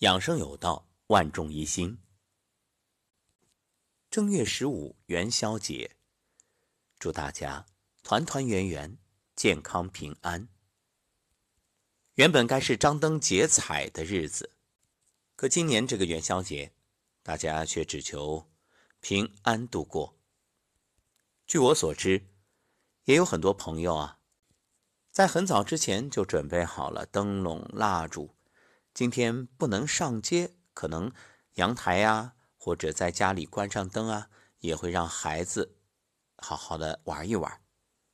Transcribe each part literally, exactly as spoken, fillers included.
养生有道，万众一心。正月十五元宵节，祝大家团团圆圆，健康平安。原本该是张灯结彩的日子，可今年这个元宵节，大家却只求平安度过。据我所知，也有很多朋友啊，在很早之前就准备好了灯笼、蜡烛。今天不能上街，可能阳台啊，或者在家里关上灯啊，也会让孩子好好的玩一玩。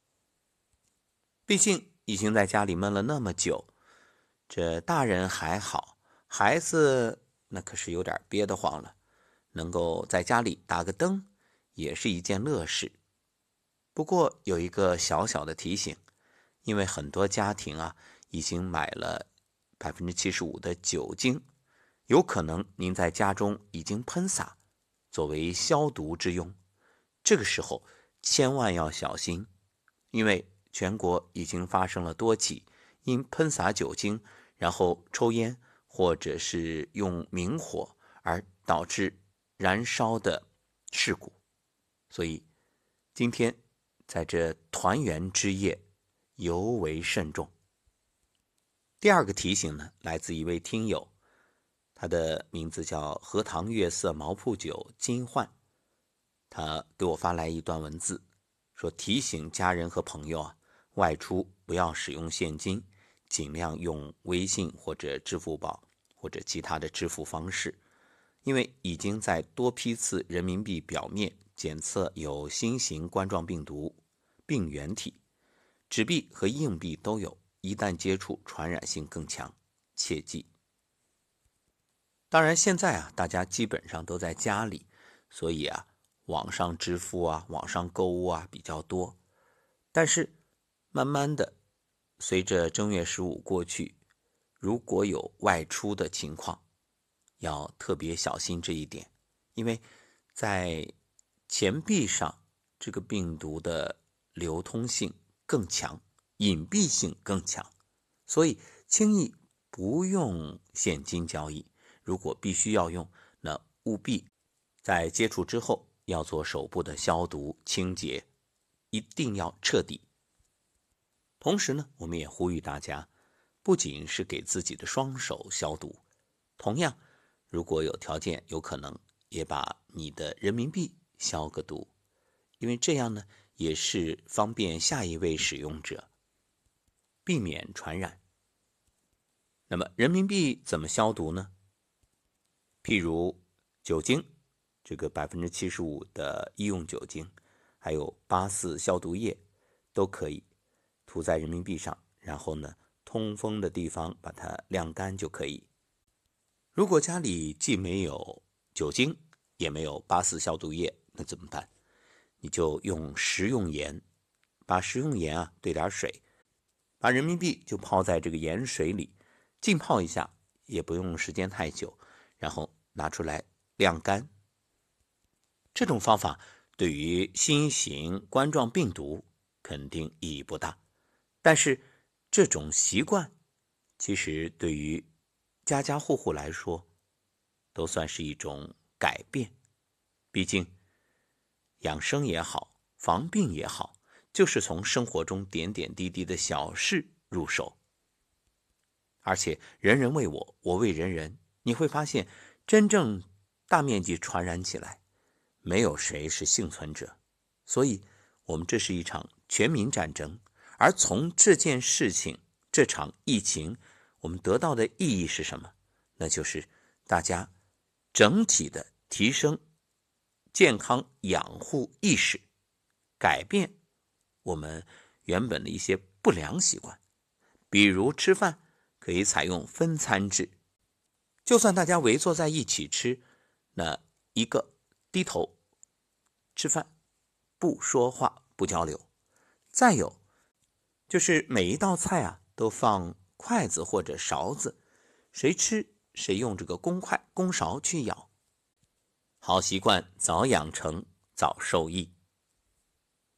毕竟已经在家里闷了那么久，这大人还好，孩子那可是有点憋得慌了。能够在家里打个灯，也是一件乐事。不过有一个小小的提醒，因为很多家庭啊，已经买了百分之七十五的酒精，有可能您在家中已经喷洒，作为消毒之用。这个时候千万要小心，因为全国已经发生了多起因喷洒酒精，然后抽烟或者是用明火而导致燃烧的事故。所以今天在这团圆之夜尤为慎重。第二个提醒呢，来自一位听友，他的名字叫荷塘月色毛铺酒金焕，他给我发来一段文字，说提醒家人和朋友啊，外出不要使用现金，尽量用微信或者支付宝或者其他的支付方式，因为已经在多批次人民币表面检测有新型冠状病毒病原体，纸币和硬币都有，一旦接触传染性更强，切记。当然现在啊，大家基本上都在家里，所以啊，网上支付啊，网上购物啊比较多。但是慢慢的，随着正月十五过去，如果有外出的情况，要特别小心这一点，因为在钱币上，这个病毒的流通性更强，隐蔽性更强，所以轻易不用现金交易。如果必须要用，那务必在接触之后要做手部的消毒清洁，一定要彻底。同时呢，我们也呼吁大家，不仅是给自己的双手消毒，同样如果有条件，有可能也把你的人民币消个毒，因为这样呢，也是方便下一位使用者，避免传染。那么人民币怎么消毒呢？譬如酒精，这个 百分之七十五 的医用酒精，还有八四消毒液，都可以涂在人民币上，然后呢，通风的地方把它晾干就可以。如果家里既没有酒精，也没有八四消毒液，那怎么办？你就用食用盐，把食用盐啊兑点水，把人民币就泡在这个盐水里，浸泡一下，也不用时间太久，然后拿出来晾干。这种方法对于新型冠状病毒肯定意义不大，但是这种习惯其实对于家家户户来说都算是一种改变。毕竟养生也好，防病也好，就是从生活中点点滴滴的小事入手。而且人人为我，我为人人，你会发现真正大面积传染起来，没有谁是幸存者。所以我们这是一场全民战争，而从这件事情，这场疫情，我们得到的意义是什么？那就是大家整体的提升健康养护意识，改变我们原本的一些不良习惯。比如吃饭可以采用分餐制，就算大家围坐在一起吃，那一个低头吃饭，不说话，不交流。再有就是每一道菜啊都放筷子或者勺子，谁吃谁用这个公筷公勺去舀。好习惯早养成早受益。